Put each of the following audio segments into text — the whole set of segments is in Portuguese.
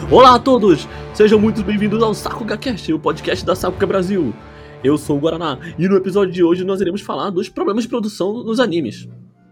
Olá a todos! Sejam muito bem-vindos ao SakugaCast, o podcast da Sakuga Brasil. Eu sou o Guaraná e no episódio de hoje nós iremos falar dos problemas de produção nos animes.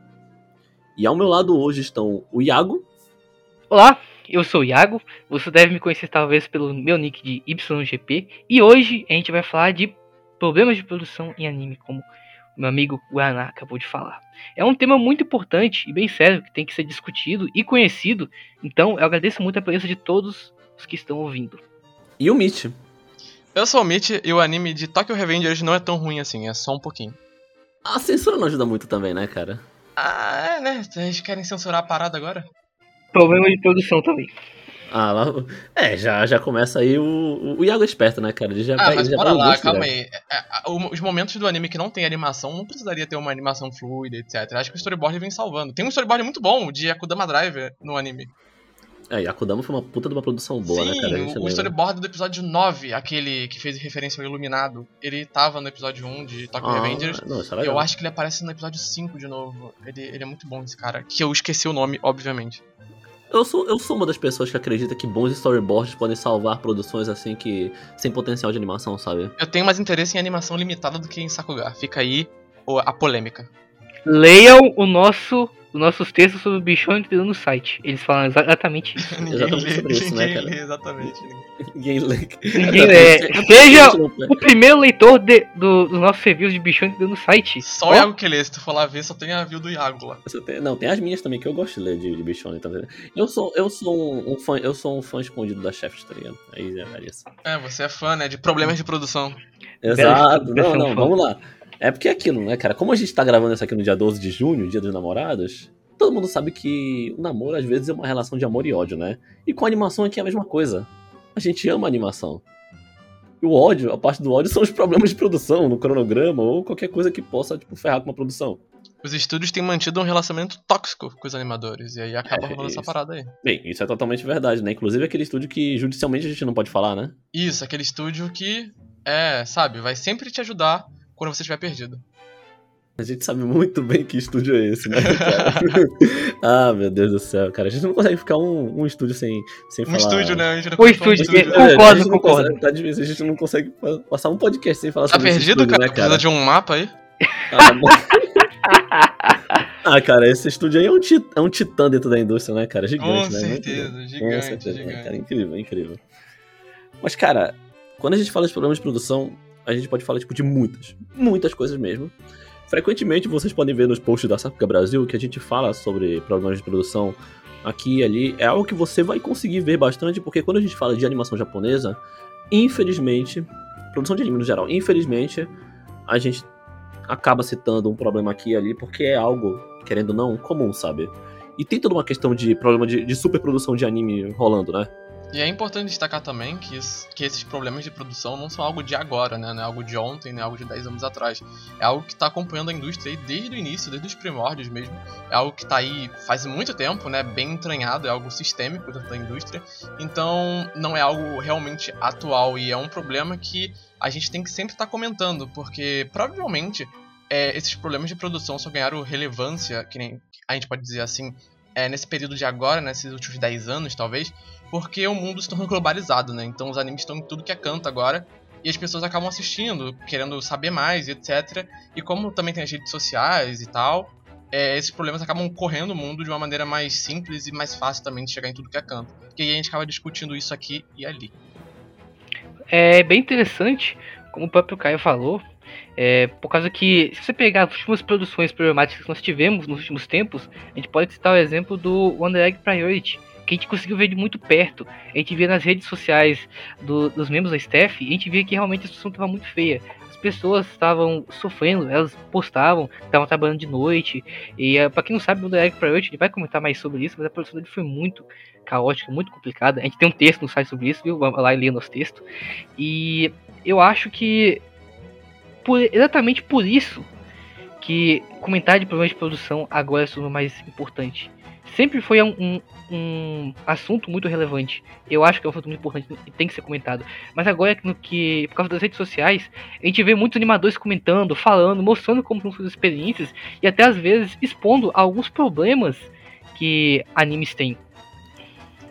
E ao meu lado hoje estão o Iago. Olá, eu sou o Iago, você deve me conhecer talvez pelo meu nick de YGP. E hoje a gente vai falar de problemas de produção em anime, como o meu amigo Guaraná acabou de falar. É um tema muito importante e bem sério, que tem que ser discutido e conhecido. Então eu agradeço muito a presença de todos os que estão ouvindo. E o Mitch. Eu sou o Mitch e o anime de Tokyo Revengers não é tão ruim assim, é só um pouquinho. A censura não ajuda muito também, né, cara? Ah, é, né? Eles querem censurar a parada agora? Problema de produção também. Ah, lá... já começa aí o Iago é esperto, né, cara? Ele já mas ele já bora vai lá, gosto, calma né? aí. Os momentos do anime que não tem animação, não precisaria ter uma animação fluida, etc. Acho que o storyboard vem salvando. Tem um storyboard muito bom de Akudama Drive no anime. É, e Akudama foi uma puta de uma produção boa, Sim, né, cara? o storyboard do episódio 9, aquele que fez referência ao Iluminado, ele tava no episódio 1 de Tokyo Revengers. Não, isso é E legal. eu acho que ele aparece no episódio 5 de novo. Ele é muito bom, esse cara. Que eu esqueci o nome, obviamente. Eu sou uma das pessoas que acredita que bons storyboards podem salvar produções assim que sem potencial de animação, sabe? Eu tenho mais interesse em animação limitada do que em Sakuga. Fica aí a polêmica. Leiam os nossos textos sobre o bichão que tem no site. Eles falam exatamente isso. Exatamente sobre isso, né, cara? Exatamente. Ninguém lê. Ninguém lê. Seja o primeiro leitor dos nossos reviews de bichão que tem no site. Só o Iago que lê. Se tu for lá ver, só tem a view do Iago lá. Tem as minhas também, que eu gosto de ler de Bichone, tá vendo? Eu sou um fã escondido da Shaft, tá ligado? Aí é isso. É, você é fã, né? De problemas de produção. Exato. Não, vamos lá. É porque é aquilo, né, cara? Como a gente tá gravando isso aqui no dia 12 de junho, dia dos namorados, todo mundo sabe que o namoro às vezes é uma relação de amor e ódio, né? E com a animação aqui é a mesma coisa. A gente ama a animação. E o ódio, a parte do ódio, são os problemas de produção no cronograma ou qualquer coisa que possa, tipo, ferrar com uma produção. Os estúdios têm mantido um relacionamento tóxico com os animadores, e aí acaba rolando essa parada aí. Bem, isso é totalmente verdade, né? Inclusive aquele estúdio que judicialmente a gente não pode falar, né? Isso, aquele estúdio que, sabe, vai sempre te ajudar quando você estiver perdido. A gente sabe muito bem que estúdio é esse, né, cara? Ah, meu Deus do céu, cara. A gente não consegue ficar um estúdio sem falar... Um estúdio, né? A gente não O estúdio, concordo. Tá difícil, a gente não consegue passar um podcast sem falar tá sobre perdido, esse estúdio, cara? né, cara? Precisa de um mapa aí? Cara, esse estúdio aí é um titã dentro da indústria, né, cara? Gigante, Com né? certeza, gigante. Né, cara? Incrível. Mas, cara, quando a gente fala de problemas de produção, a gente pode falar, tipo, de muitas coisas mesmo. Frequentemente vocês podem ver nos posts da Sakuga Brasil que a gente fala sobre problemas de produção aqui e ali. É algo que você vai conseguir ver bastante, porque quando a gente fala de animação japonesa, infelizmente, produção de anime no geral, infelizmente, a gente acaba citando um problema aqui e ali, porque é algo, querendo ou não, comum, sabe? E tem toda uma questão de problema de superprodução de anime rolando, né? E é importante destacar também que esses problemas de produção não são algo de agora, né? Não é algo de ontem, não é algo de 10 anos atrás. É algo que está acompanhando a indústria aí desde o início, desde os primórdios mesmo. É algo que está aí faz muito tempo, né? Bem entranhado, é algo sistêmico dentro da indústria. Então não é algo realmente atual e é um problema que a gente tem que sempre estar comentando, porque provavelmente esses problemas de produção só ganharam relevância, que nem a gente pode dizer assim, nesse período de agora, nesses últimos 10 anos talvez, porque o mundo se tornou globalizado, né? Então os animes estão em tudo que é canto agora e as pessoas acabam assistindo, querendo saber mais, etc. E como também tem as redes sociais e tal, esses problemas acabam correndo o mundo de uma maneira mais simples e mais fácil também de chegar em tudo que é canto. E aí a gente acaba discutindo isso aqui e ali. É bem interessante, como o próprio Caio falou, por causa que, se você pegar as últimas produções problemáticas que nós tivemos nos últimos tempos, a gente pode citar o exemplo do Wonder Egg Priority, que a gente conseguiu ver de muito perto. A gente via nas redes sociais dos membros da staff, e a gente via que realmente a situação estava muito feia. As pessoas estavam sofrendo, elas postavam, estavam trabalhando de noite, e pra quem não sabe, o Wonder Egg Priority, a gente vai comentar mais sobre isso, mas a produção dele foi muito caótica, muito complicada. A gente tem um texto no site sobre isso, viu? Vai lá e lê nosso texto. E eu acho que exatamente por isso que comentar de problemas de produção agora é o mais importante. Sempre foi um assunto muito relevante. Eu acho que é um assunto muito importante e tem que ser comentado. Mas agora, por causa das redes sociais, a gente vê muitos animadores comentando, falando, mostrando como são suas experiências e até às vezes expondo alguns problemas que animes têm.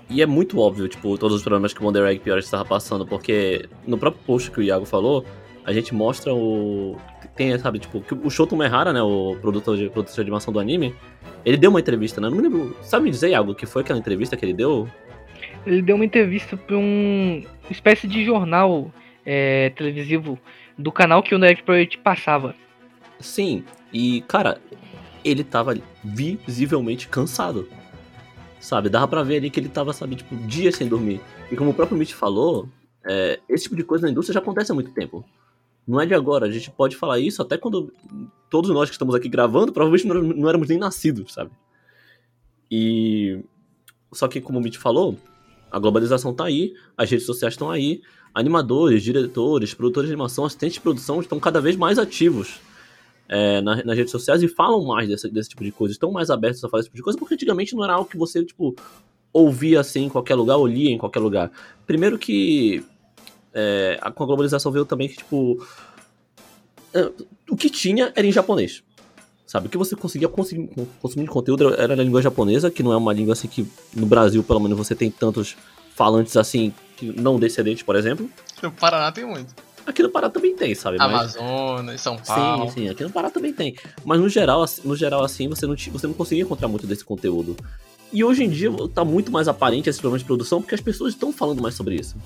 E é muito óbvio, tipo, todos os problemas que o Wonder Egg Priority estava passando, porque no próprio post que o Iago falou, a gente mostra o... Tem, sabe, tipo, que o Shoto Mehara, né, o produtor de animação do anime, ele deu uma entrevista, né? Não me lembro. Sabe me dizer, Iago, que foi aquela entrevista que ele deu? Ele deu uma entrevista para uma espécie de jornal televisivo do canal que o Wonder Egg Priority passava. Sim, e, cara, ele tava visivelmente cansado. Sabe, dava pra ver ali que ele tava, sabe, tipo, dias sem dormir. E como o próprio Mitch falou, esse tipo de coisa na indústria já acontece há muito tempo. Não é de agora, a gente pode falar isso até quando todos nós que estamos aqui gravando, provavelmente não éramos nem nascidos, sabe? E... Só que, como o Mitch falou, a globalização tá aí, as redes sociais estão aí, animadores, diretores, produtores de animação, assistentes de produção estão cada vez mais ativos nas redes sociais e falam mais desse tipo de coisa, estão mais abertos a falar esse tipo de coisa, porque antigamente não era algo que você, tipo, ouvia assim em qualquer lugar, ou lia em qualquer lugar. Primeiro que com a globalização veio também que, tipo, o que tinha era em japonês, sabe? O que você conseguia consumir de conteúdo era na língua japonesa, que não é uma língua assim que no Brasil, pelo menos, você tem tantos falantes assim, que não descendentes, por exemplo. No Paraná tem muito. Aqui no Pará também tem, sabe? Amazonas, São Paulo. Sim, aqui no Pará também tem. Mas no geral assim, você não conseguia encontrar muito desse conteúdo. E hoje em dia tá muito mais aparente esses problemas de produção, porque as pessoas estão falando mais sobre isso.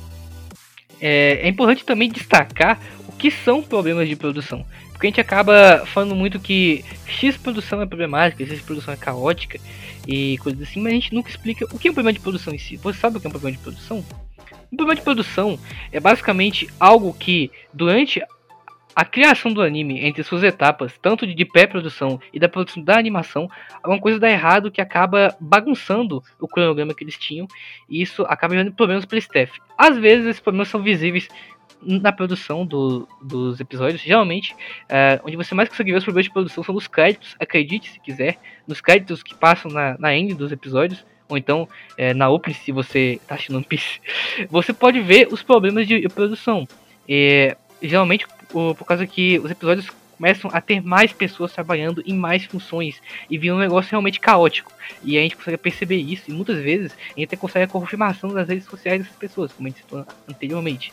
É importante também destacar o que são problemas de produção. Porque a gente acaba falando muito que X produção é problemática, X produção é caótica e coisas assim, mas a gente nunca explica o que é um problema de produção em si. Você sabe o que é um problema de produção? Um problema de produção é basicamente algo que, durante a criação do anime, entre suas etapas, tanto de pré-produção e da produção da animação, alguma coisa dá errado que acaba bagunçando o cronograma que eles tinham, e isso acaba gerando problemas para o staff. Às vezes, esses problemas são visíveis na produção dos episódios. Geralmente, onde você mais consegue ver os problemas de produção são nos créditos, acredite se quiser, nos créditos que passam na end dos episódios, ou então na opening, se você tá assistindo One Piece, você pode ver os problemas de produção. Geralmente por causa que os episódios começam a ter mais pessoas trabalhando em mais funções e vira um negócio realmente caótico. E a gente consegue perceber isso, e muitas vezes a gente até consegue a confirmação das redes sociais dessas pessoas, como a gente citou anteriormente.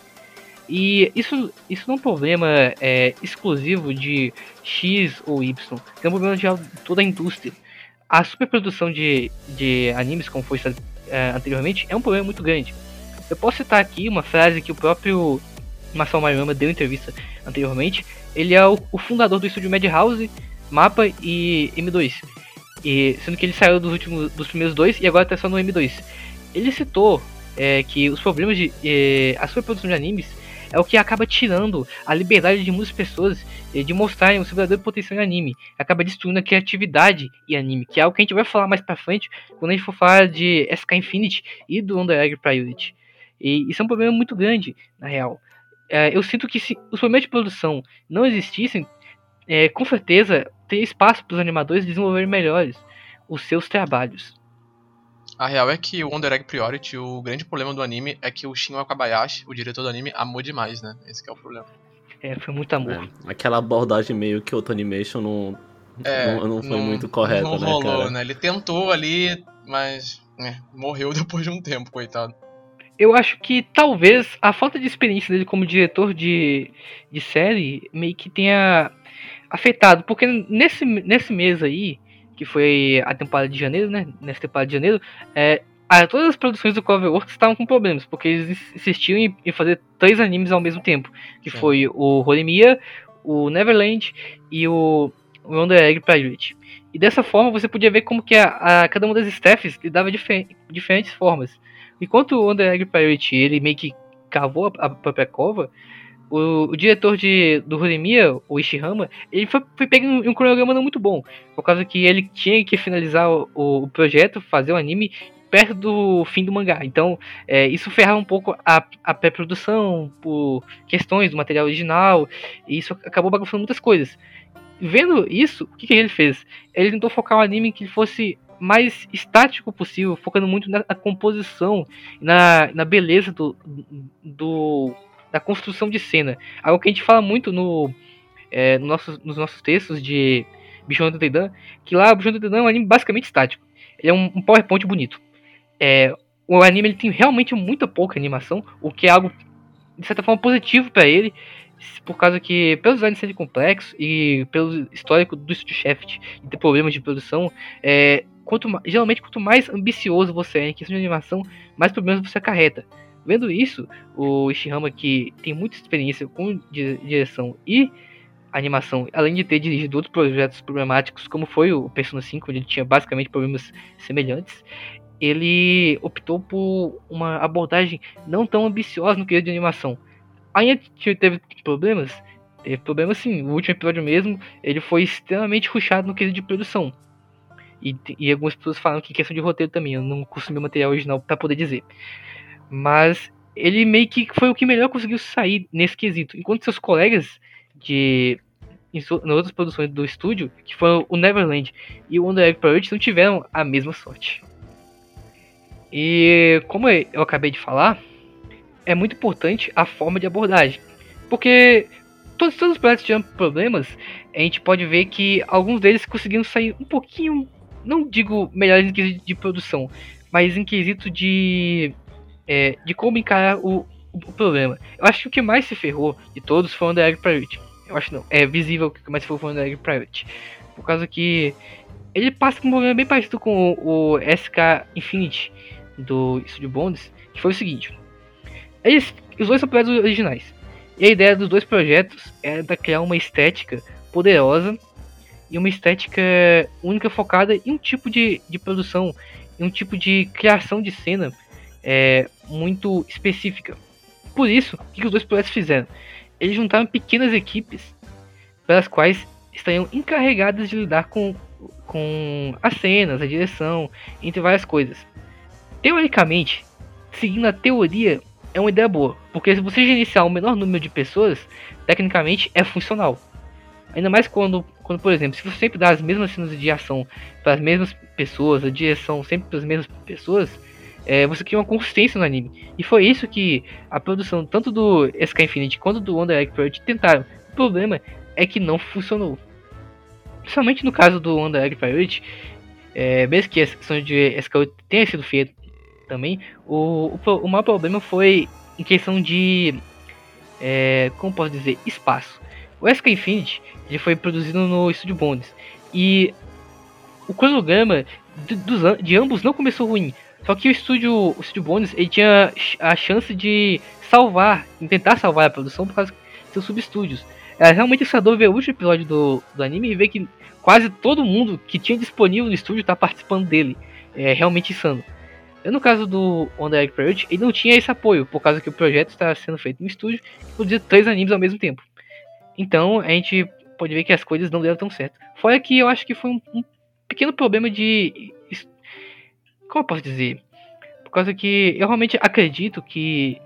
E isso não é um problema exclusivo de X ou Y, é um problema de toda a indústria. A superprodução de animes, como foi anteriormente, é um problema muito grande. Eu posso citar aqui uma frase que o próprio Masao Maruyama deu em entrevista anteriormente. Ele é o fundador do estúdio Madhouse, Mappa e M2. Sendo que ele saiu dos primeiros dois e agora está só no M2. Ele citou que os problemas a superprodução de animes é o que acaba tirando a liberdade de muitas pessoas de mostrarem o seu verdadeiro potencial em anime. Acaba destruindo a criatividade em anime, que é algo que a gente vai falar mais pra frente quando a gente for falar de SK Infinity e do Wonder Egg Priority. E isso é um problema muito grande, na real. Eu sinto que se os problemas de produção não existissem, com certeza teria espaço para os animadores desenvolverem melhores os seus trabalhos. A real é que o Wonder Egg Priority, o grande problema do anime é que o Shin Wakabayashi, o diretor do anime, amou demais, né? Esse que é o problema. Foi muito amor. Aquela abordagem meio que Kyoto Animation não foi muito correta, não né, rolou, cara? Né? Ele tentou ali, mas morreu depois de um tempo, coitado. Eu acho que talvez a falta de experiência dele como diretor de série meio que tenha afetado, porque nesse mês aí, que foi a temporada de janeiro, né? Nessa temporada de janeiro, todas as produções do Cloverworks estavam com problemas, porque eles insistiam em fazer 3 animes ao mesmo tempo, que Sim. Foi o Horimiya, o Neverland e o Wonder Egg Priority. E dessa forma você podia ver como que cada uma das staffs lidava de diferentes formas. Enquanto o Wonder Egg Priority ele meio que cavou a própria cova, o diretor do Horimiya, o Ishihama, ele foi pego em um cronograma não muito bom, por causa que ele tinha que finalizar o projeto, fazer o anime perto do fim do mangá. Então isso ferrava um pouco a pré-produção por questões do material original, e isso acabou bagunçando muitas coisas. Vendo isso, o que ele fez? Ele tentou focar o anime que fosse mais estático possível, focando muito na composição, na beleza da construção de cena. Algo que a gente fala muito nos nossos textos de Bichon Teidan, que lá o Bichon Teidan é um anime basicamente estático. Ele é um PowerPoint bonito. o anime ele tem realmente muita pouca animação, o que é algo de certa forma positivo para ele, por causa que, pelos designs serem complexos e pelo histórico do Studio Shaft e ter problemas de produção, geralmente quanto mais ambicioso você é em questão de animação, mais problemas você acarreta. Vendo isso, o Ishihama, que tem muita experiência com direção e animação, além de ter dirigido outros projetos problemáticos, como foi o Persona 5, onde ele tinha basicamente problemas semelhantes, ele optou por uma abordagem não tão ambiciosa no quesito de animação. Ainda teve problemas? Teve problemas sim. O último episódio mesmo, ele foi extremamente rushado no quesito de produção. E algumas pessoas falam que questão de roteiro também, eu não consumi o material original para poder dizer. Mas ele meio que foi o que melhor conseguiu sair nesse quesito. Enquanto seus colegas nas outras produções do estúdio, que foram o Neverland e o Wonder Egg Priority, não tiveram a mesma sorte. E como eu acabei de falar, é muito importante a forma de abordagem. Porque todos os projetos tiveram problemas, a gente pode ver que alguns deles conseguiram sair um pouquinho, não digo melhores em quesito de produção, mas em quesito de como encarar o problema. Eu acho que o que mais se ferrou de todos foi o Wonder Egg Priority. Eu acho não, é visível que o que mais se ferrou foi o Wonder Egg Priority. Por causa que ele passa por um problema bem parecido com o SK Infinity do Studio Bones, que foi o seguinte. Os dois são projetos originais. E a ideia dos dois projetos era criar uma estética poderosa e uma estética única focada em um tipo de produção, em um tipo de criação de cena muito específica. Por isso, o que os dois projetos fizeram? Eles juntaram pequenas equipes pelas quais estariam encarregadas de lidar com as cenas, a direção, entre várias coisas. Teoricamente, seguindo a teoria, é uma ideia boa, porque se você gerenciar o menor número de pessoas, tecnicamente é funcional. Ainda mais quando por exemplo, se você sempre dá as mesmas cenas de ação para as mesmas pessoas, a direção sempre para as mesmas pessoas, você cria uma consistência no anime. E foi isso que a produção tanto do SK Infinity quanto do Wonder Egg Priority tentaram. O problema é que não funcionou. Principalmente no caso do Wonder Egg Priority, mesmo que a questão de SK8 tenha sido feita também, o maior problema foi em questão de como posso dizer, espaço. O SK Infinity ele foi produzido no Studio Bones e o cronograma de ambos não começou ruim, só que o Studio Bones ele tinha a chance de tentar salvar a produção por causa de seus subestúdios. É realmente assustador ver o último episódio do anime e ver que quase todo mundo que tinha disponível no estúdio está participando dele. É realmente insano. No caso do Wonder Egg Priority, ele não tinha esse apoio, por causa que o projeto está sendo feito no estúdio e produzia 3 animes ao mesmo tempo. Então a gente pode ver que as coisas não deram tão certo. Fora que eu acho que foi um pequeno problema de... Como eu posso dizer? Por causa que eu realmente acredito que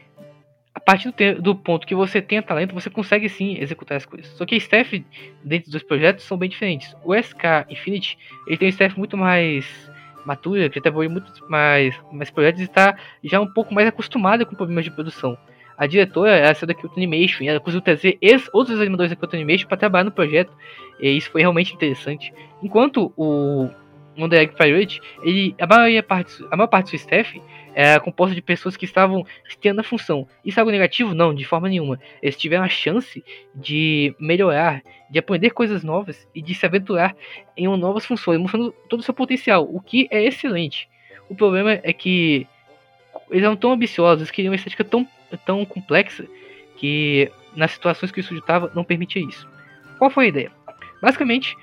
a partir do ponto que você tenha talento, você consegue sim executar as coisas. Só que a staff dentro dos projetos são bem diferentes. O SK Infinity ele tem um staff muito mais matura, que trabalhou muito mais projetos e está já um pouco mais acostumada com problemas de produção. A diretora era essa da Kyoto Animation e ela conseguiu trazer outros animadores da Kyoto Animation para trabalhar no projeto, e isso foi realmente interessante. Enquanto o Wonder Egg Priority, a maior parte do seu staff era composta de pessoas que estavam tendo a função. Isso é algo negativo? Não, de forma nenhuma. Eles tiveram a chance de melhorar, de aprender coisas novas e de se aventurar em novas funções, mostrando todo o seu potencial, o que é excelente. O problema é que eles eram tão ambiciosos, queriam uma estética tão complexa, que nas situações que o estúdio estava, não permitia isso. Qual foi a ideia? Basicamente,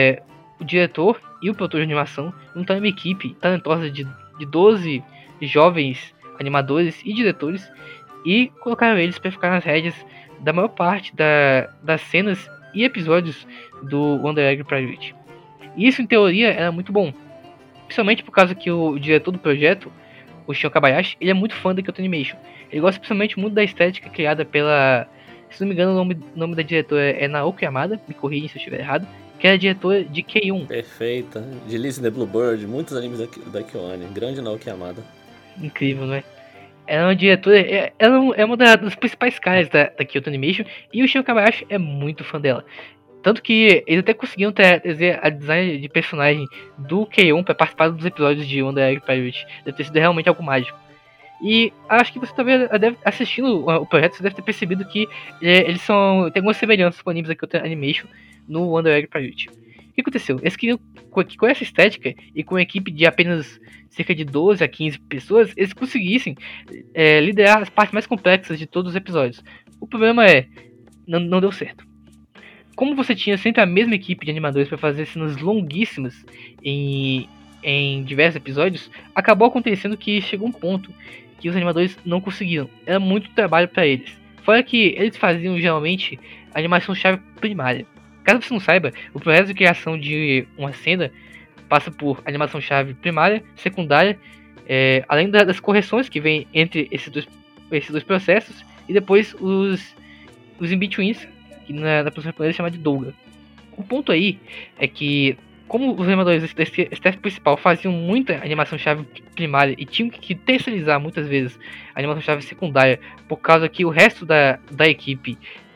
o diretor e o produtor de animação juntaram uma equipe talentosa de 12 jovens animadores e diretores e colocaram eles para ficar nas rédeas da maior parte das cenas e episódios do Wonder Egg Priority. E isso, em teoria, era muito bom, principalmente por causa que o diretor do projeto, o Shion Kabayashi, ele é muito fã da Kyoto Animation. Ele gosta principalmente muito da estética criada pela... Se não me engano, o nome da diretora é Naoko Yamada, me corrigem se eu estiver errado, que é a diretora de K1. Perfeita. De Alice in the Bluebird, muitos animes da Kyoane. Grande Naoki Yamada. Incrível, não é? Ela é uma diretora... Ela é uma das principais caras da Kyoto Animation e o Shion Kabayashi é muito fã dela. Tanto que eles até conseguiram trazer a design de personagem do K-On! Pra participar dos episódios de Wonder Egg Pirate. Deve ter sido realmente algo mágico. E acho que você talvez, assistindo o projeto, você deve ter percebido que eles tem algumas semelhanças com animes aqui, outra animation, no Wonder Egg Pirate. O que aconteceu? Eles queriam, com essa estética e com uma equipe de apenas cerca de 12 a 15 pessoas, eles conseguissem liderar as partes mais complexas de todos os episódios. O problema não deu certo. Como você tinha sempre a mesma equipe de animadores para fazer cenas longuíssimas em diversos episódios, acabou acontecendo que chegou um ponto que os animadores não conseguiram. Era muito trabalho para eles. Fora que eles faziam geralmente a animação-chave primária. Caso você não saiba, o processo de criação de uma cena passa por animação-chave primária, secundária, além das correções que vem entre esses dois processos, e depois os in-betweens, que na produção japonesa é chamado de Douga. O ponto aí é que, como os animadores da staff principal faziam muita animação-chave primária e tinham que terceirizar muitas vezes a animação-chave secundária, por causa que o resto da equipe,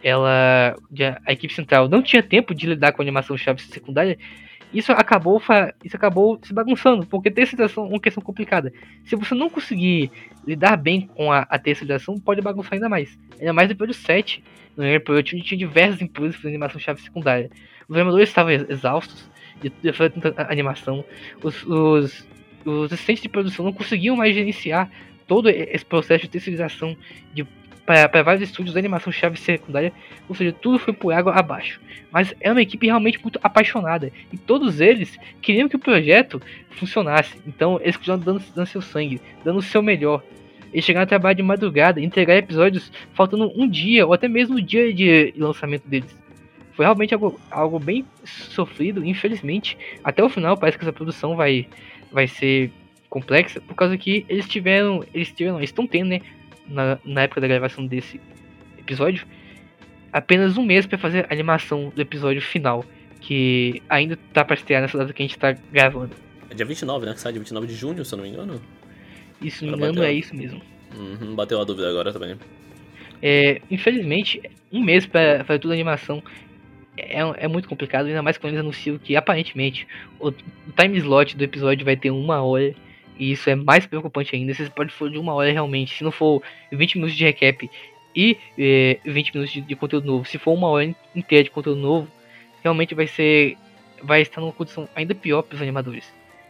a equipe central, não tinha tempo de lidar com a animação-chave secundária, isso acabou se bagunçando, porque terceirização é uma questão complicada. Se você não conseguir lidar bem com a terceirização, pode bagunçar ainda mais. Ainda mais depois do 7, no Airport, onde tinha diversos impulsos de animação-chave secundária. Os animadores estavam exaustos de fazer tanta animação. Os assistentes de produção não conseguiam mais gerenciar todo esse processo de terceirização para vários estúdios de animação-chave secundária, ou seja, tudo foi por água abaixo. Mas é uma equipe realmente muito apaixonada, e todos eles queriam que o projeto funcionasse, então eles continuaram dando seu sangue, dando o seu melhor. Eles chegaram a trabalhar de madrugada, entregar episódios faltando um dia, ou até mesmo o dia de lançamento deles. Foi realmente algo bem sofrido, infelizmente. Até o final parece que essa produção vai ser complexa, por causa que eles estão tendo, né, na época da gravação desse episódio, apenas um mês para fazer a animação do episódio final, que ainda tá para estrear nessa data que a gente tá gravando. É dia 29, né? Que sai dia 29 de junho, se eu não me engano. Isso, se não me engano, é isso mesmo. Bateu a dúvida agora também. Infelizmente, um mês para fazer toda a animação é muito complicado, ainda mais quando eles anunciam que aparentemente o time slot do episódio vai ter 1 hora. E isso é mais preocupante ainda. Se pode for de 1 hora realmente, se não for 20 minutos de recap e 20 minutos de conteúdo novo, se for 1 hora inteira de conteúdo novo, realmente vai estar numa condição ainda pior para os animadores.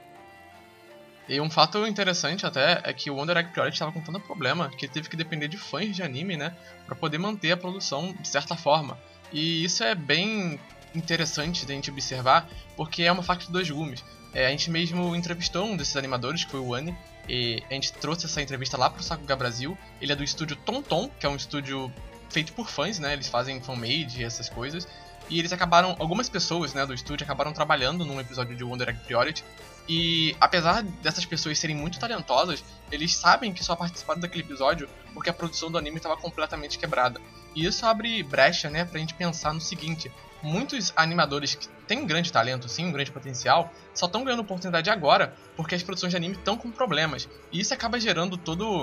E um fato interessante até é que o Wonder Egg Priority estava com tanto problema que ele teve que depender de fãs de anime, né, para poder manter a produção de certa forma. E isso é bem interessante de a gente observar, porque é uma faca de dois gumes. A gente mesmo entrevistou um desses animadores, que foi o Ani, e a gente trouxe essa entrevista lá pro Sakuga Brasil. Ele é do estúdio Tonton, que é um estúdio feito por fãs, né? Eles fazem fanmade e essas coisas. E eles algumas pessoas, né, do estúdio acabaram trabalhando num episódio de Wonder Egg Priority. E apesar dessas pessoas serem muito talentosas, eles sabem que só participaram daquele episódio porque a produção do anime estava completamente quebrada. E isso abre brecha, né, pra gente pensar no seguinte: muitos animadores que têm grande talento, sim, um grande potencial, só estão ganhando oportunidade agora porque as produções de anime estão com problemas. E isso acaba gerando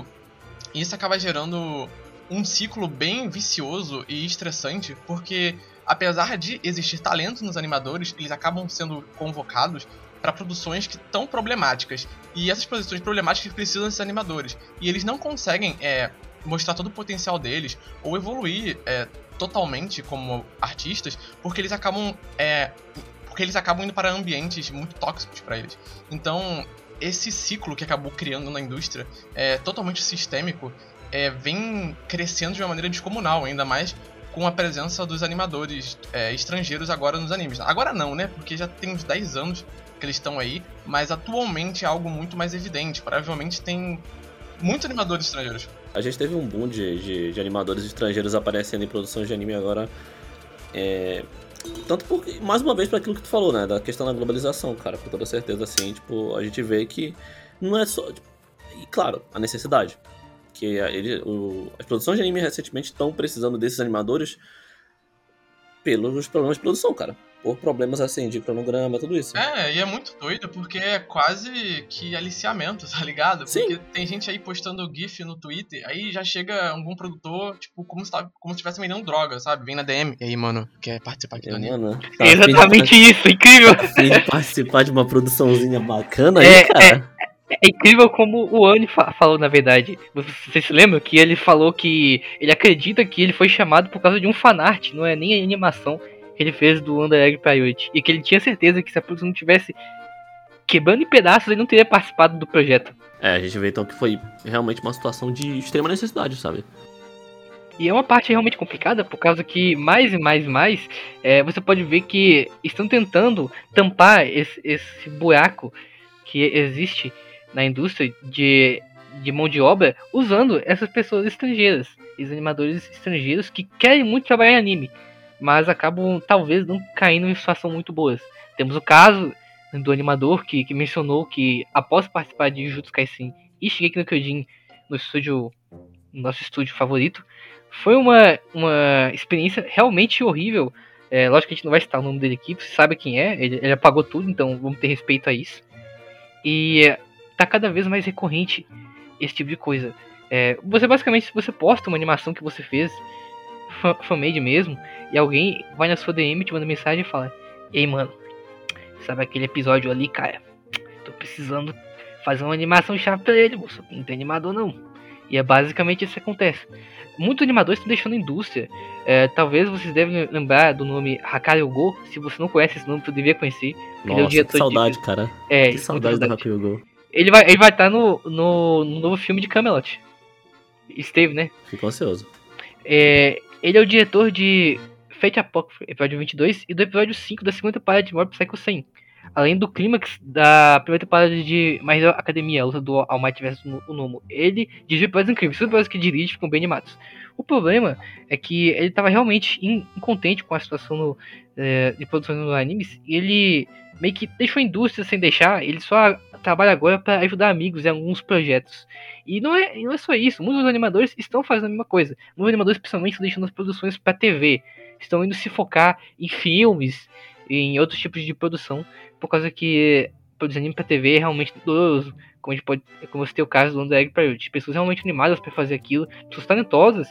um ciclo bem vicioso e estressante, porque apesar de existir talento nos animadores, eles acabam sendo convocados para produções que estão problemáticas. E essas produções problemáticas precisam desses animadores. E eles não conseguem mostrar todo o potencial deles ou evoluir totalmente como artistas, porque eles acabam indo para ambientes muito tóxicos para eles. Então, esse ciclo que acabou criando na indústria totalmente sistêmico, vem crescendo de uma maneira descomunal, ainda mais com a presença dos animadores estrangeiros agora nos animes. Agora não, né? Porque já tem uns 10 anos que eles estão aí, mas atualmente é algo muito mais evidente. Provavelmente tem muitos animadores estrangeiros. A gente teve um boom de animadores estrangeiros aparecendo em produções de anime agora. Tanto porque, mais uma vez, para aquilo que tu falou, né? Da questão da globalização, cara. Com toda certeza, assim, tipo, a gente vê que não é só... Tipo, e claro, a necessidade. Que as produções de anime recentemente estão precisando desses animadores pelos problemas de produção, cara. por problemas assim de cronograma, tudo isso. E é muito doido, porque é quase que aliciamento, tá ligado? Sim. Porque tem gente aí postando GIF no Twitter, aí já chega algum produtor, tipo, como se estivesse vendendo droga, sabe? Vem na DM. E aí, mano, quer participar aqui do anime? Mano, Exatamente isso, incrível! A fim de participar de uma produçãozinha bacana aí, cara. É incrível como o Ani falou, na verdade. Vocês se lembram que ele falou que ele acredita que ele foi chamado por causa de um fanart, não é nem a animação que ele fez do Under Egg Priority. E que ele tinha certeza que se a produção não tivesse quebrando em pedaços, ele não teria participado do projeto. A gente vê então que foi realmente uma situação de extrema necessidade, sabe? E é uma parte realmente complicada, por causa que mais e mais você pode ver que estão tentando tampar esse buraco que existe na indústria de mão de obra, usando essas pessoas estrangeiras, esses animadores estrangeiros que querem muito trabalhar em anime, mas acabam talvez não caindo em situação muito boas. Temos o caso do animador que mencionou que após participar de Jujutsu Kaisen e Shingeki no Kyojin no nosso estúdio favorito, foi uma experiência realmente horrível. Lógico que a gente não vai citar o nome dele aqui, você sabe quem é, ele apagou tudo, então vamos ter respeito a isso. E tá cada vez mais recorrente esse tipo de coisa. Você posta uma animação que você fez, fan-made mesmo, e alguém vai na sua DM, te manda mensagem e fala: ei, mano, sabe aquele episódio ali, cara? Tô precisando fazer uma animação chave pra ele, moço. Não tem animador não. E é basicamente isso que acontece. Muitos animadores estão deixando a indústria. Talvez vocês devem lembrar do nome Hakaru Go. Se você não conhece esse nome, você devia conhecer. Nossa, que saudade, cara. Que saudade do Hakaru Go. Ele vai estar no novo filme de Camelot. Esteve, né? Fico ansioso. Ele é o diretor de Fate Apocrypha, episódio 22, e do episódio 5 da segunda temporada de Mob Psycho 100. Além do clímax da primeira temporada de My Hero Academia, a luta do All Might vs Unomo. Ele dirigiu episódios incríveis. Os episódios que dirige ficam bem animados. O problema é que ele estava realmente incontente com a situação de produção dos animes. E ele meio que deixou a indústria sem deixar. Ele só trabalha agora para ajudar amigos em alguns projetos. E não é só isso. Muitos animadores estão fazendo a mesma coisa. Muitos animadores, principalmente, estão deixando as produções para TV. Estão indo se focar em filmes e em outros tipos de produção, por causa que produzir anime pra TV é realmente doloroso. Como você tem o caso do Under Egg Priority. Pessoas realmente animadas para fazer aquilo, pessoas talentosas.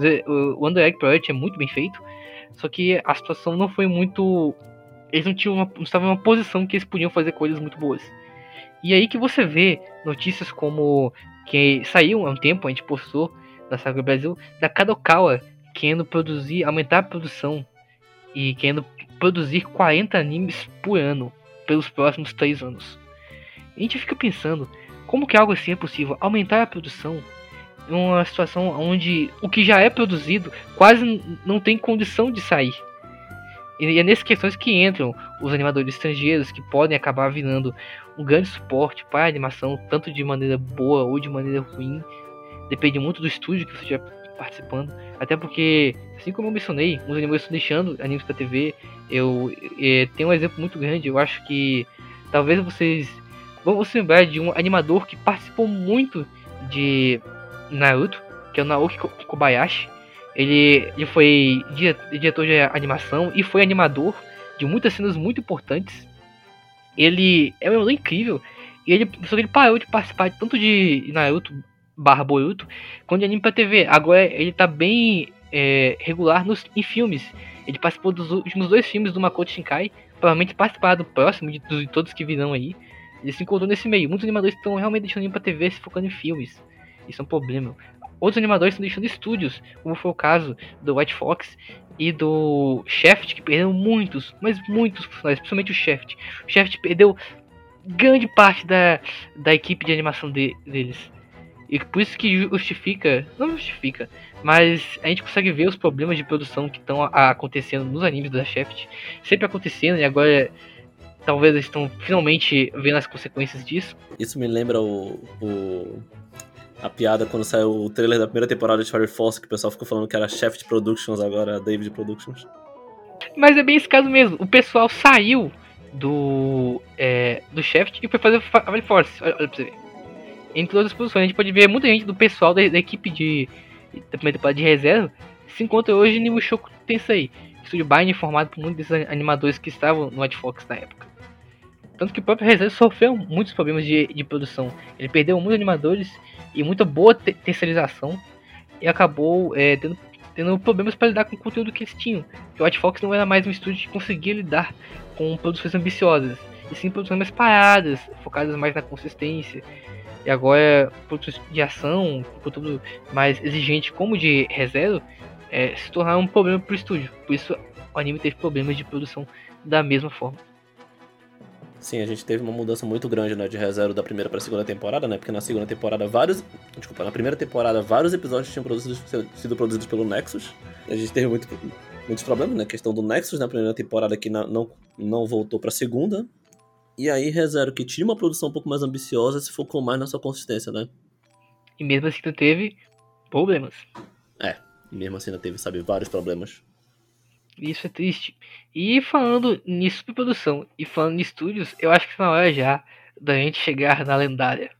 O Under Egg Priority é muito bem feito, só que a situação não foi muito... Eles não estavam em uma posição que eles podiam fazer coisas muito boas. E aí que você vê notícias como que saiu há um tempo, a gente postou na Saga Brasil, da Kadokawa querendo aumentar a produção e querendo produzir 40 animes por ano pelos próximos 3 anos. E a gente fica pensando, como que algo assim é possível? Aumentar a produção em uma situação onde o que já é produzido quase não tem condição de sair. E é nessas questões que entram os animadores estrangeiros, que podem acabar virando um grande suporte para a animação, tanto de maneira boa ou de maneira ruim. Depende muito do estúdio que você estiver participando. Até porque, assim como eu mencionei, os animadores estão deixando animes para TV. Eu tenho um exemplo muito grande. Eu acho que talvez vocês vão se lembrar de um animador que participou muito de Naruto, que é o Naoki Kobayashi. Ele foi diretor de animação e foi animador de muitas cenas muito importantes. Ele é um animador incrível. Só que ele parou de participar tanto de Naruto / Boruto quanto de anime pra TV. Agora ele tá bem regular em filmes. Ele participou dos últimos 2 filmes do Makoto Shinkai. Provavelmente participar do próximo, de todos que virão aí. Ele se encontrou nesse meio. Muitos animadores estão realmente deixando anime pra TV, se focando em filmes. Isso é um problema. Outros animadores estão deixando estúdios, como foi o caso do White Fox e do Shaft, que perderam muitos funcionários, principalmente o Shaft. O Shaft perdeu grande parte da equipe de animação deles. E por isso que não justifica, mas a gente consegue ver os problemas de produção que estão acontecendo nos animes da Shaft, sempre acontecendo, e agora talvez eles estão finalmente vendo as consequências disso. Isso me lembra a piada quando saiu o trailer da primeira temporada de Fire Force, que o pessoal ficou falando que era Shaft Productions, agora David Productions. Mas é bem esse caso mesmo, o pessoal saiu do Shaft e foi fazer Fire Force, olha pra você ver. Entre outras posições, a gente pode ver muita gente do pessoal da equipe da primeira temporada de reserva se encontra hoje no Mushoku Tensei. estúdio Binding formado por muitos desses animadores que estavam no White Fox na época. Tanto que o próprio ReZero sofreu muitos problemas de produção. Ele perdeu muitos animadores e muita boa terceirização e acabou tendo problemas para lidar com o conteúdo que eles tinham. Porque o White Fox não era mais um estúdio que conseguia lidar com produções ambiciosas, e sim produções mais paradas, focadas mais na consistência. E agora, produções de ação, conteúdo mais exigente como o de ReZero, se tornaram um problema para o estúdio. Por isso o anime teve problemas de produção da mesma forma. Sim, a gente teve uma mudança muito grande, né, de ReZero da primeira para a segunda temporada, né? Porque na segunda temporada na primeira temporada vários episódios tinham sido produzidos pelo Nexus. A gente teve muitos problemas, né? A questão do Nexus na primeira temporada que não voltou para a segunda. E aí ReZero, que tinha uma produção um pouco mais ambiciosa, se focou mais na sua consistência, né? E mesmo assim tu teve problemas. Mesmo assim ainda teve, sabe, vários problemas. Isso é triste. E falando nisso de produção e falando em estúdios, eu acho que está na hora já da gente chegar na lendária.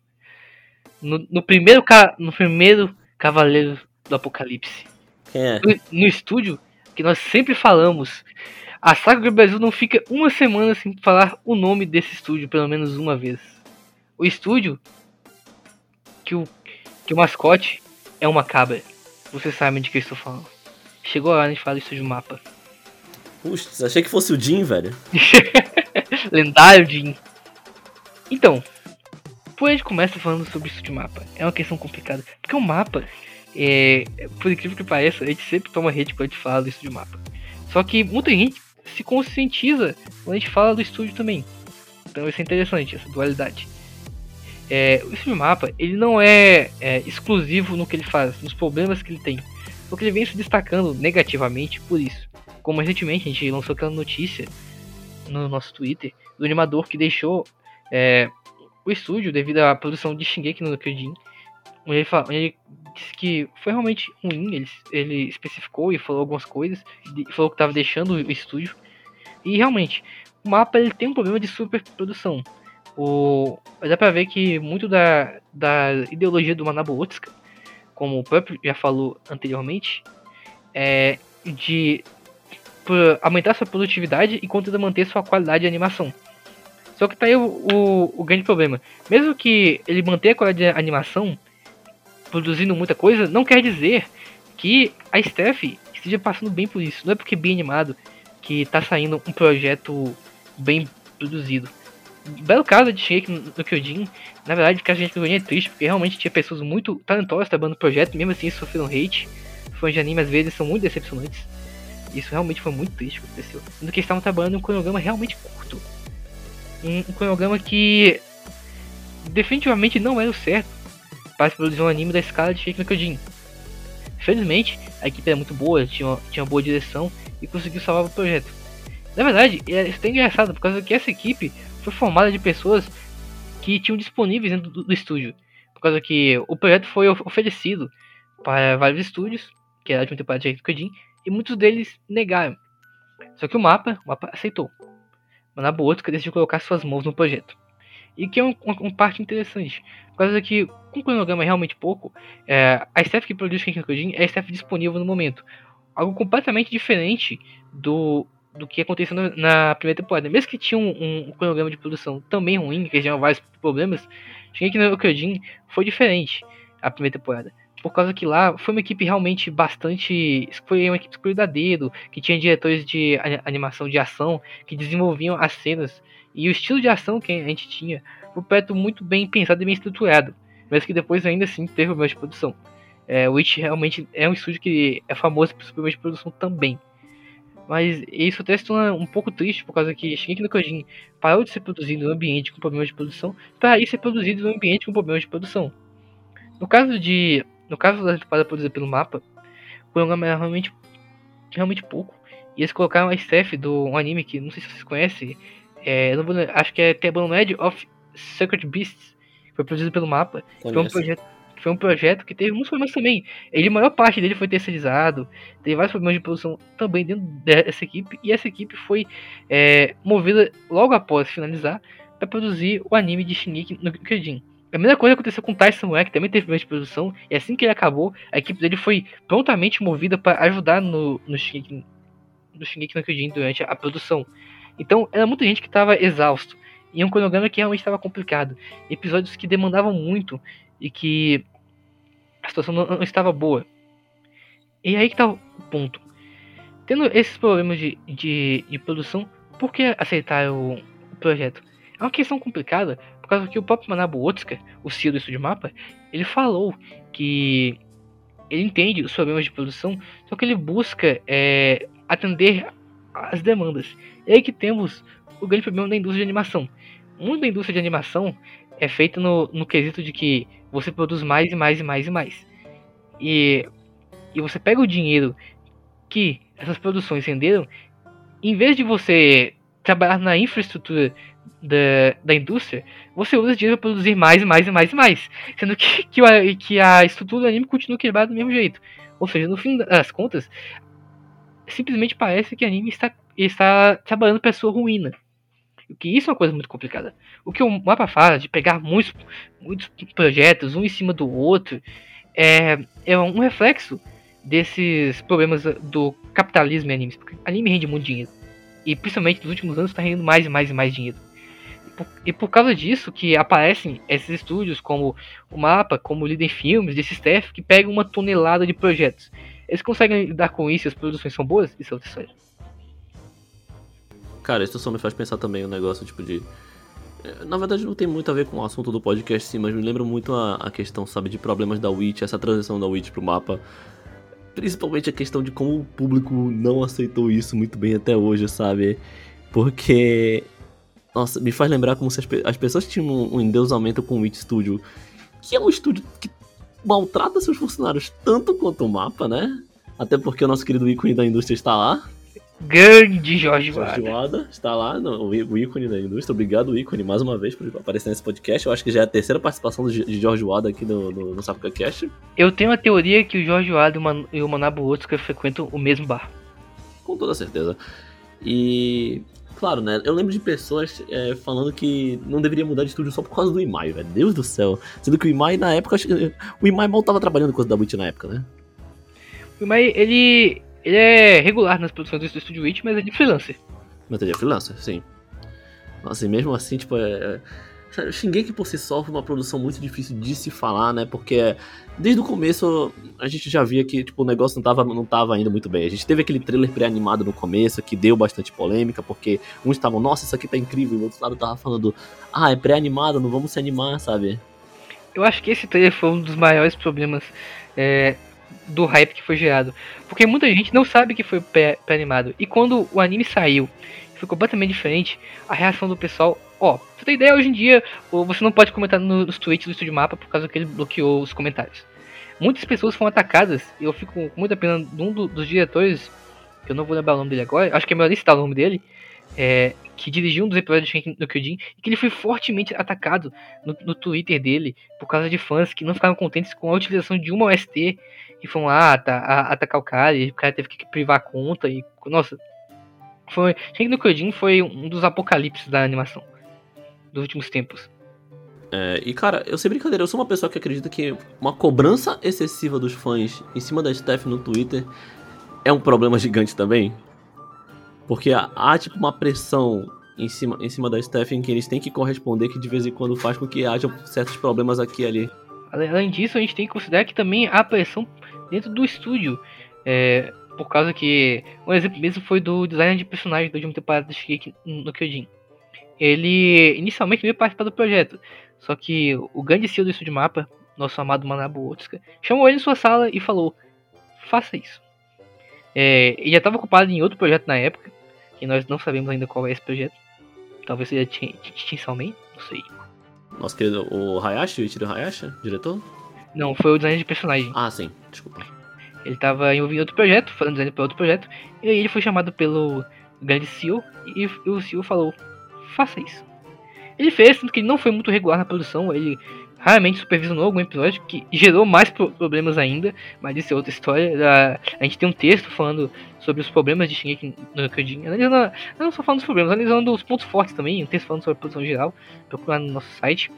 No primeiro Cavaleiro do Apocalipse. Quem é? No estúdio, que nós sempre falamos, a Sakura Brasil não fica uma semana sem falar o nome desse estúdio, pelo menos uma vez. O estúdio que o mascote é uma cabra. Vocês sabem de que eu estou falando. Chegou a hora de falar do estúdio Mapa. Puxa, achei que fosse o Jin, velho. Lendário Jin. Então, por a gente começa falando sobre o estúdio Mapa. É uma questão complicada. Porque o Mapa, por incrível que pareça, a gente sempre toma hate quando a gente fala do estúdio Mapa. Só que muita gente se conscientiza quando a gente fala do estúdio também. Então isso é interessante, essa dualidade. O estúdio Mapa, ele não é exclusivo no que ele faz, nos problemas que ele tem. Porque ele vem se destacando negativamente por isso. Como recentemente a gente lançou aquela notícia no nosso Twitter do animador que deixou o estúdio devido à produção de Shingeki no Kyojin, onde ele disse que foi realmente ruim. Ele especificou e falou algumas coisas, falou que estava deixando o estúdio. E realmente, o Mapa ele tem um problema de superprodução. Dá pra ver que muito da ideologia do Manabu Otsuka, como o próprio já falou anteriormente, é de aumentar sua produtividade enquanto ainda manter sua qualidade de animação. Só que tá aí o grande problema. Mesmo que ele mantenha a qualidade de animação, produzindo muita coisa, não quer dizer que a staff esteja passando bem por isso. Não é porque é bem animado que tá saindo um projeto bem produzido. Belo caso de Shingeki no Kyojin. Na verdade, o caso de Shingeki no Kyojin é triste, porque realmente tinha pessoas muito talentosas trabalhando no projeto, mesmo assim sofreram hate. Fãs de anime às vezes são muito decepcionantes. Isso realmente foi muito triste que aconteceu. Sendo que eles estavam trabalhando em um cronograma realmente curto. Um cronograma que definitivamente não era o certo para se produzir um anime da escala de Shingeki no Kyojin. Felizmente, a equipe era muito boa, tinha uma boa direção e conseguiu salvar o projeto. Na verdade, isso é engraçado, por causa que essa equipe foi formada de pessoas que tinham disponíveis dentro do estúdio. Por causa que o projeto foi oferecido para vários estúdios, que era a última temporada de Shingeki no Kyojin, e muitos deles negaram. Só que o Mapa aceitou. Manabu Otsuka decidiu colocar suas mãos no projeto. E que é uma parte interessante. Por causa que, com o cronograma realmente pouco, a staff que produz Shingeki no Kyojin é a staff disponível no momento. Algo completamente diferente do que aconteceu na primeira temporada. Mesmo que tinha um cronograma de produção também ruim, que tinha vários problemas, Shingeki no Kyojin foi diferente a primeira temporada. Por causa que lá foi uma equipe realmente foi uma equipe escolhida a dedo, que tinha diretores de animação de ação, que desenvolviam as cenas. E o estilo de ação que a gente tinha foi um projeto muito bem pensado e bem estruturado, mas que depois ainda assim teve problemas de produção. O Witch realmente é um estúdio que é famoso por seus problemas de produção também. Mas isso até se torna um pouco triste, por causa que Shingeki no Kyojin parou de ser produzido em um ambiente com problemas de produção para ir ser produzido em um ambiente com problemas de produção. No caso da temporada produzida pelo Mapa, o programa era realmente pouco. E eles colocaram a staff do anime que não sei se vocês conhecem, acho que é The Ballad of Secret Beasts, que foi produzido pelo Mapa. Foi um projeto que teve muitos problemas também. A maior parte dele foi terceirizado, teve vários problemas de produção também dentro dessa equipe, e essa equipe foi movida logo após finalizar para produzir o anime de Shingeki no Kyojin. A mesma coisa aconteceu com o Tyson Samurai, que também teve problemas de produção, e assim que ele acabou, a equipe dele foi prontamente movida para ajudar no Shingeki do Shingeki no Kyojin durante a produção. Então, era muita gente que estava exausto. E um cronograma que realmente estava complicado. Episódios que demandavam muito e que a situação não estava boa. E aí que tá o ponto. Tendo esses problemas de produção, por que aceitar o projeto? É uma questão complicada, por causa que o próprio Manabu Otsuka, o CEO do Estúdio Mapa, ele falou que ele entende os problemas de produção, só que ele busca atender às demandas. E aí que temos o grande problema da indústria de animação. Muito da indústria de animação é feita no quesito de que você produz mais e mais e mais e mais. E você pega o dinheiro que essas produções renderam, em vez de você trabalhar na infraestrutura da indústria, você usa dinheiro para produzir mais e mais e mais e mais. Sendo que a estrutura do anime continua quebrada do mesmo jeito. Ou seja, no fim das contas, simplesmente parece que o anime está trabalhando para sua ruína. O que isso é uma coisa muito complicada. O que o mapa faz de pegar muitos projetos, um em cima do outro, é um reflexo desses problemas do capitalismo em animes. Porque anime rende muito dinheiro. E principalmente nos últimos anos está rendendo mais e mais e mais dinheiro. E por causa disso que aparecem esses estúdios como o Mapa, como o Liden Filmes, desse staff, que pegam uma tonelada de projetos. Eles conseguem lidar com isso e as produções são boas? Isso é outra história. Cara, isso só me faz pensar também um negócio tipo de... Na verdade não tem muito a ver com o assunto do podcast sim, mas me lembra muito a questão, sabe, de problemas da Witch, essa transição da Witch pro Mapa. Principalmente a questão de como o público não aceitou isso muito bem até hoje, sabe? Porque... Nossa, me faz lembrar como se as pessoas tinham um endeusamento com o Witch Studio, que é um estúdio que maltrata seus funcionários tanto quanto o Mapa, né? Até porque o nosso querido ícone da indústria está lá. Grande Jorge Wada está lá, o ícone da indústria. Obrigado, ícone, mais uma vez por aparecer nesse podcast. Eu acho que já é a terceira participação de Jorge Wada aqui no SakugaCast. Eu tenho a teoria que o Jorge Wada e o Manabu Otsuka frequentam o mesmo bar. Com toda certeza. E... Claro, né? Eu lembro de pessoas falando que não deveria mudar de estúdio só por causa do Imai, velho. Deus do céu. Sendo que o Imai, na época, o Imai mal tava trabalhando com a da Witch na época, né? O Imai, ele é regular nas produções do Estúdio Witch, mas ele é freelancer. Mas ele é freelancer, sim. Nossa, e mesmo assim, tipo, Sério, Shingeki por si só foi uma produção muito difícil de se falar, né? Porque desde o começo a gente já via que tipo, o negócio não tava indo muito bem. A gente teve aquele trailer pré-animado no começo que deu bastante polêmica, porque uns estavam, nossa, isso aqui tá incrível, e o outro lado tava falando, é pré-animado, não vamos se animar, sabe? Eu acho que esse trailer foi um dos maiores problemas do hype que foi gerado. Porque muita gente não sabe que foi pré-animado. E quando o anime saiu, foi completamente diferente, a reação do pessoal... você tem ideia, hoje em dia, você não pode comentar nos tweets do Estúdio Mapa por causa que ele bloqueou os comentários. Muitas pessoas foram atacadas, e eu fico com muita pena de um dos diretores, que eu não vou lembrar o nome dele agora, acho que é melhor nem citar o nome dele, que dirigiu um dos episódios de Shingeki no Kyojin, e que ele foi fortemente atacado no Twitter dele, por causa de fãs que não ficaram contentes com a utilização de uma OST, e foram lá atacar o cara, e o cara teve que privar a conta, e nossa... Shingeki no Kyojin foi um dos apocalipses da animação dos últimos tempos. E cara, eu sei brincadeira, eu sou uma pessoa que acredita que uma cobrança excessiva dos fãs em cima da Steph no Twitter é um problema gigante também. Porque há tipo uma pressão em cima da Steph em que eles têm que corresponder, que de vez em quando faz com que haja certos problemas aqui e ali. Além disso, a gente tem que considerar que também há pressão dentro do estúdio. Por causa que um exemplo mesmo foi do design de personagem da última temporada de Shingeki no Kyojin. Ele inicialmente veio participar do projeto, só que o grande CEO do Estúdio Mapa, nosso amado Manabu Otsuka, chamou ele em sua sala e falou: faça isso. Ele já estava ocupado em outro projeto na época, que nós não sabemos ainda qual é esse projeto. Talvez seja Chainsaw Man, não sei. Nosso querido, o Hayashi, o Ichiro Hayashi, diretor? Não, foi o design de personagem. Ah, sim, desculpa. Ele estava envolvido em outro projeto, fazendo design para outro projeto, e aí ele foi chamado pelo grande CEO, e o CEO falou: faça isso. Ele fez, tanto que ele não foi muito regular na produção, ele raramente supervisionou algum episódio, que gerou mais problemas ainda, mas isso é outra história. A gente tem um texto falando sobre os problemas de Shingeki no Kyojin, não só falando dos problemas, analisando os pontos fortes também, um texto falando sobre a produção geral, procurar no nosso site.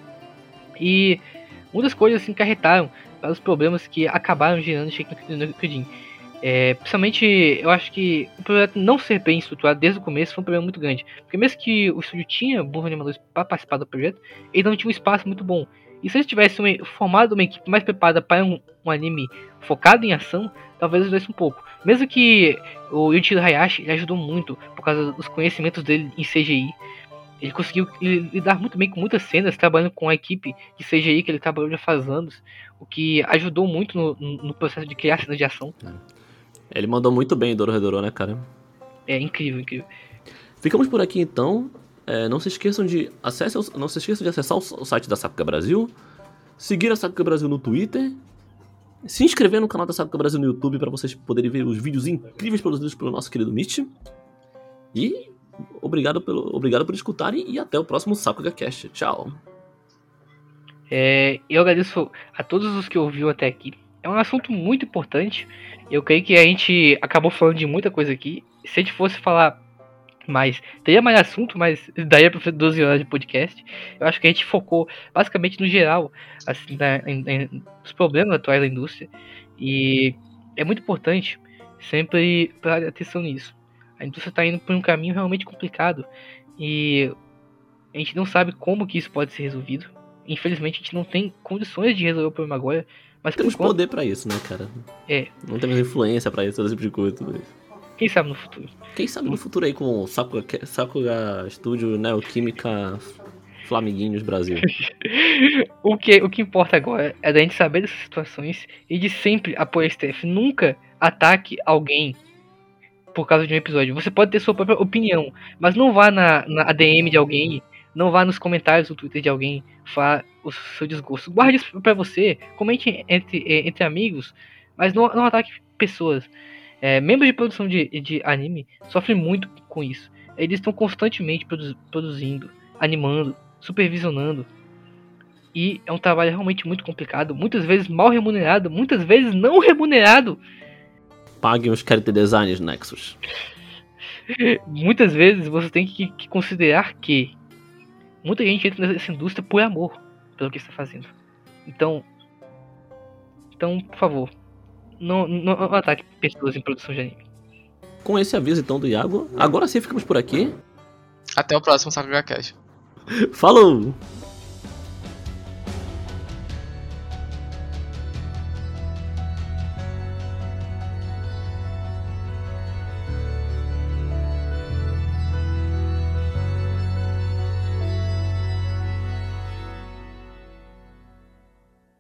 E muitas coisas se encarretaram para os problemas que acabaram gerando Shingeki no Kyojin. Principalmente, eu acho que o projeto não ser bem estruturado desde o começo foi um problema muito grande. Porque mesmo que o estúdio tinha bons animadores para participar do projeto, ele não tinha um espaço muito bom. E se eles tivessem formado uma equipe mais preparada para um anime focado em ação, talvez ajudasse um pouco. Mesmo que o Yuichiro Hayashi ajudou muito por causa dos conhecimentos dele em CGI. Ele conseguiu lidar muito bem com muitas cenas, trabalhando com a equipe de CGI que ele trabalhou já faz anos, o que ajudou muito no processo de criar cenas de ação. Ele mandou muito bem em Dorohedoro, né, cara? É incrível, incrível. Ficamos por aqui, então. Não se esqueçam de acessar o site da Sakuga Brasil, seguir a Sakuga Brasil no Twitter, se inscrever no canal da Sakuga Brasil no YouTube para vocês poderem ver os vídeos incríveis produzidos pelo nosso querido Mitch. E obrigado por escutarem e até o próximo Sakuga Cast. Tchau. Eu agradeço a todos os que ouviram até aqui. É um assunto muito importante. Eu creio que a gente acabou falando de muita coisa aqui. Se a gente fosse falar mais, teria mais assunto, mas daria para fazer 12 horas de podcast. Eu acho que a gente focou basicamente no geral, assim, nos problemas atuais da indústria. E é muito importante sempre prestar atenção nisso. A indústria está indo por um caminho realmente complicado e a gente não sabe como que isso pode ser resolvido. Infelizmente a gente não tem condições de resolver o problema agora. Mas temos poder pra isso, né, cara? Não temos influência pra isso, todo esse tipo de coisa. Tudo isso. Quem sabe no futuro? Quem sabe no futuro aí com o Sakuga Studio, Neoquímica, Flamiguinhos Brasil. o que importa agora é da gente saber dessas situações e de sempre apoiar a STF. Nunca ataque alguém por causa de um episódio. Você pode ter sua própria opinião, mas não vá na ADM de alguém, não vá nos comentários do Twitter de alguém falar o seu desgosto. Guarde isso pra você, comente entre amigos, mas não ataque pessoas. Membros de produção de anime sofrem muito com isso. Eles estão constantemente produzindo, animando, supervisionando. E é um trabalho realmente muito complicado, muitas vezes mal remunerado, muitas vezes não remunerado. Paguem os character designers, Nexus. Muitas vezes você tem que considerar que muita gente entra nessa indústria por amor pelo que está fazendo. Então, por favor, não ataque pessoas em produção de anime. Com esse aviso então do Iago, agora sim ficamos por aqui. Até o próximo Sakuga Cast. Falou!